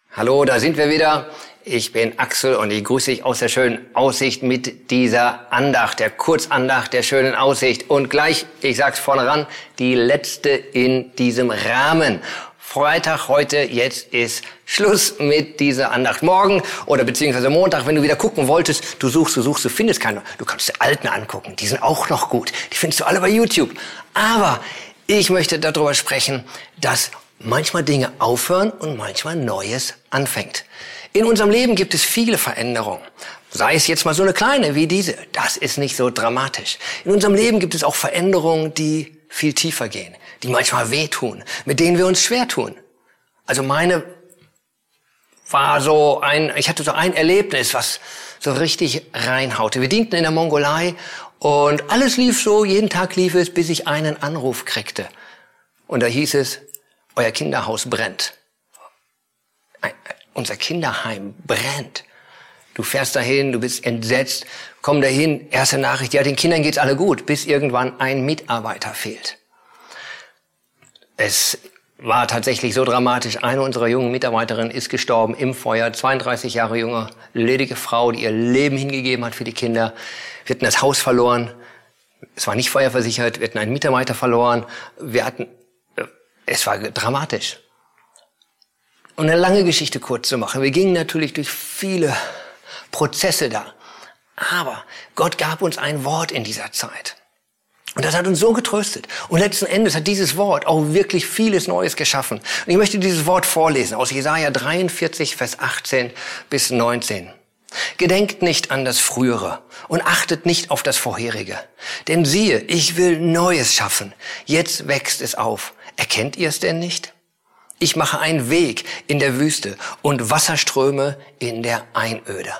Hallo, da sind wir wieder. Ich bin Axel und ich grüße dich aus der schönen Aussicht mit dieser Andacht, der Kurzandacht der schönen Aussicht. Und gleich, ich sag's vorne ran, die letzte in diesem Rahmen. Freitag heute, jetzt ist Schluss mit dieser Andacht. Morgen oder beziehungsweise Montag, wenn du wieder gucken wolltest, du suchst, du findest keine. Du kannst die alten angucken, die sind auch noch gut. Die findest du alle bei YouTube. Aber ich möchte darüber sprechen, dass manchmal Dinge aufhören und manchmal Neues anfängt. In unserem Leben gibt es viele Veränderungen. Sei es jetzt mal so eine kleine wie diese. Das ist nicht so dramatisch. In unserem Leben gibt es auch Veränderungen, die viel tiefer gehen, die manchmal wehtun, mit denen wir uns schwer tun. Also meine war ich hatte so ein Erlebnis, was so richtig reinhaute. Wir dienten in der Mongolei und alles lief so, jeden Tag lief es, bis ich einen Anruf kriegte. Und da hieß es, euer Kinderhaus brennt. Unser Kinderheim brennt. Du fährst dahin, du bist entsetzt, komm dahin, erste Nachricht, ja, den Kindern geht's alle gut, bis irgendwann ein Mitarbeiter fehlt. Es war tatsächlich so dramatisch. Eine unserer jungen Mitarbeiterinnen ist gestorben im Feuer. 32 Jahre junge, ledige Frau, die ihr Leben hingegeben hat für die Kinder. Wir hatten das Haus verloren. Es war nicht feuerversichert. Wir hatten einen Mitarbeiter verloren. Es war dramatisch. Und eine lange Geschichte kurz zu machen. Wir gingen natürlich durch viele Prozesse da. Aber Gott gab uns ein Wort in dieser Zeit. Und das hat uns so getröstet. Und letzten Endes hat dieses Wort auch wirklich vieles Neues geschaffen. Und ich möchte dieses Wort vorlesen aus Jesaja 43, Vers 18 bis 19. Gedenkt nicht an das Frühere und achtet nicht auf das Vorherige. Denn siehe, ich will Neues schaffen. Jetzt wächst es auf. Erkennt ihr es denn nicht? Ich mache einen Weg in der Wüste und Wasserströme in der Einöde.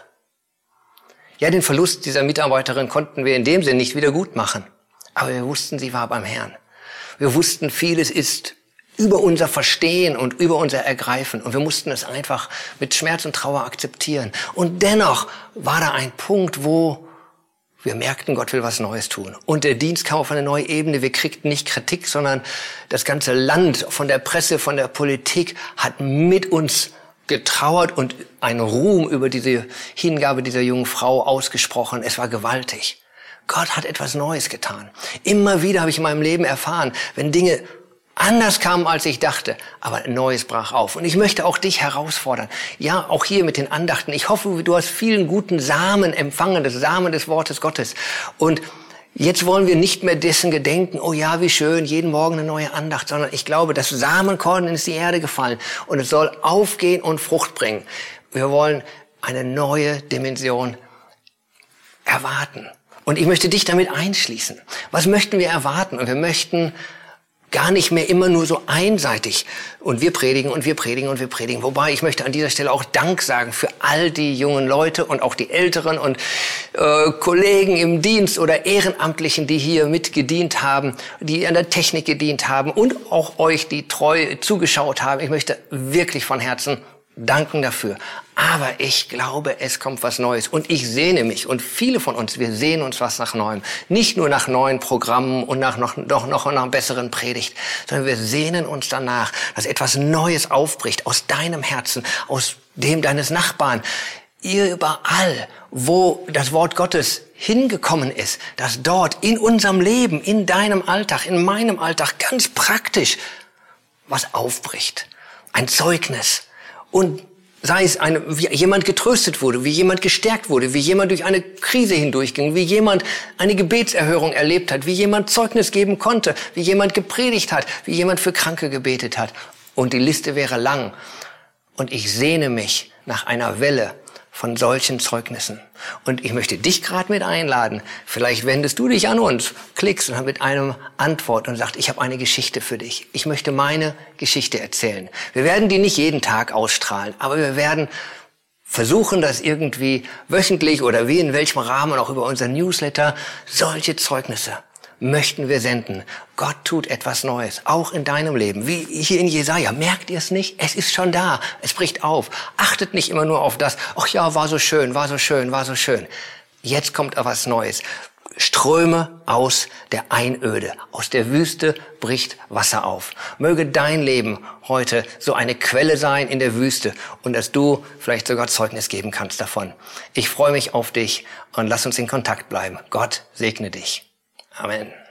Ja, den Verlust dieser Mitarbeiterin konnten wir in dem Sinn nicht wieder gut machen. Aber wir wussten, sie war beim Herrn. Wir wussten, vieles ist über unser Verstehen und über unser Ergreifen. Und wir mussten es einfach mit Schmerz und Trauer akzeptieren. Und dennoch war da ein Punkt, wo wir merkten, Gott will was Neues tun. Und der Dienst kam auf eine neue Ebene. Wir kriegten nicht Kritik, sondern das ganze Land von der Presse, von der Politik hat mit uns getrauert und einen Ruhm über diese Hingabe dieser jungen Frau ausgesprochen. Es war gewaltig. Gott hat etwas Neues getan. Immer wieder habe ich in meinem Leben erfahren, wenn Dinge anders kamen, als ich dachte, aber Neues brach auf. Und ich möchte auch dich herausfordern. Ja, auch hier mit den Andachten. Ich hoffe, du hast vielen guten Samen empfangen, das Samen des Wortes Gottes. Und jetzt wollen wir nicht mehr dessen gedenken, oh ja, wie schön, jeden Morgen eine neue Andacht, sondern ich glaube, das Samenkorn ist in die Erde gefallen und es soll aufgehen und Frucht bringen. Wir wollen eine neue Dimension erwarten. Und ich möchte dich damit einschließen. Was möchten wir erwarten? Und wir möchten gar nicht mehr immer nur so einseitig. Und wir predigen und wir predigen und wir predigen. Wobei, ich möchte an dieser Stelle auch Dank sagen für all die jungen Leute und auch die Älteren und Kollegen im Dienst oder Ehrenamtlichen, die hier mitgedient haben, die an der Technik gedient haben und auch euch, die treu zugeschaut haben. Ich möchte wirklich von Herzen danken dafür. Aber ich glaube, es kommt was Neues. Und ich sehne mich, und viele von uns, wir sehnen uns was nach Neuem. Nicht nur nach neuen Programmen und nach noch einer besseren Predigt, sondern wir sehnen uns danach, dass etwas Neues aufbricht aus deinem Herzen, aus dem deines Nachbarn. Überall, wo das Wort Gottes hingekommen ist, dass dort in unserem Leben, in deinem Alltag, in meinem Alltag ganz praktisch was aufbricht. Ein Zeugnis. Und sei es wie jemand getröstet wurde, wie jemand gestärkt wurde, wie jemand durch eine Krise hindurchging, wie jemand eine Gebetserhörung erlebt hat, wie jemand Zeugnis geben konnte, wie jemand gepredigt hat, wie jemand für Kranke gebetet hat. Und die Liste wäre lang. Und ich sehne mich nach einer Welle von solchen Zeugnissen. Und ich möchte dich gerade mit einladen. Vielleicht wendest du dich an uns, klickst und mit einem Antwort und sagst, ich habe eine Geschichte für dich. Ich möchte meine Geschichte erzählen. Wir werden die nicht jeden Tag ausstrahlen, aber wir werden versuchen, das irgendwie wöchentlich oder wie in welchem Rahmen auch über unser Newsletter, solche Zeugnisse möchten wir senden. Gott tut etwas Neues, auch in deinem Leben. Wie hier in Jesaja. Merkt ihr es nicht? Es ist schon da. Es bricht auf. Achtet nicht immer nur auf das, ach ja, war so schön, war so schön, war so schön. Jetzt kommt etwas Neues. Ströme aus der Einöde, aus der Wüste bricht Wasser auf. Möge dein Leben heute so eine Quelle sein in der Wüste und dass du vielleicht sogar Zeugnis geben kannst davon. Ich freue mich auf dich und lass uns in Kontakt bleiben. Gott segne dich. Amen.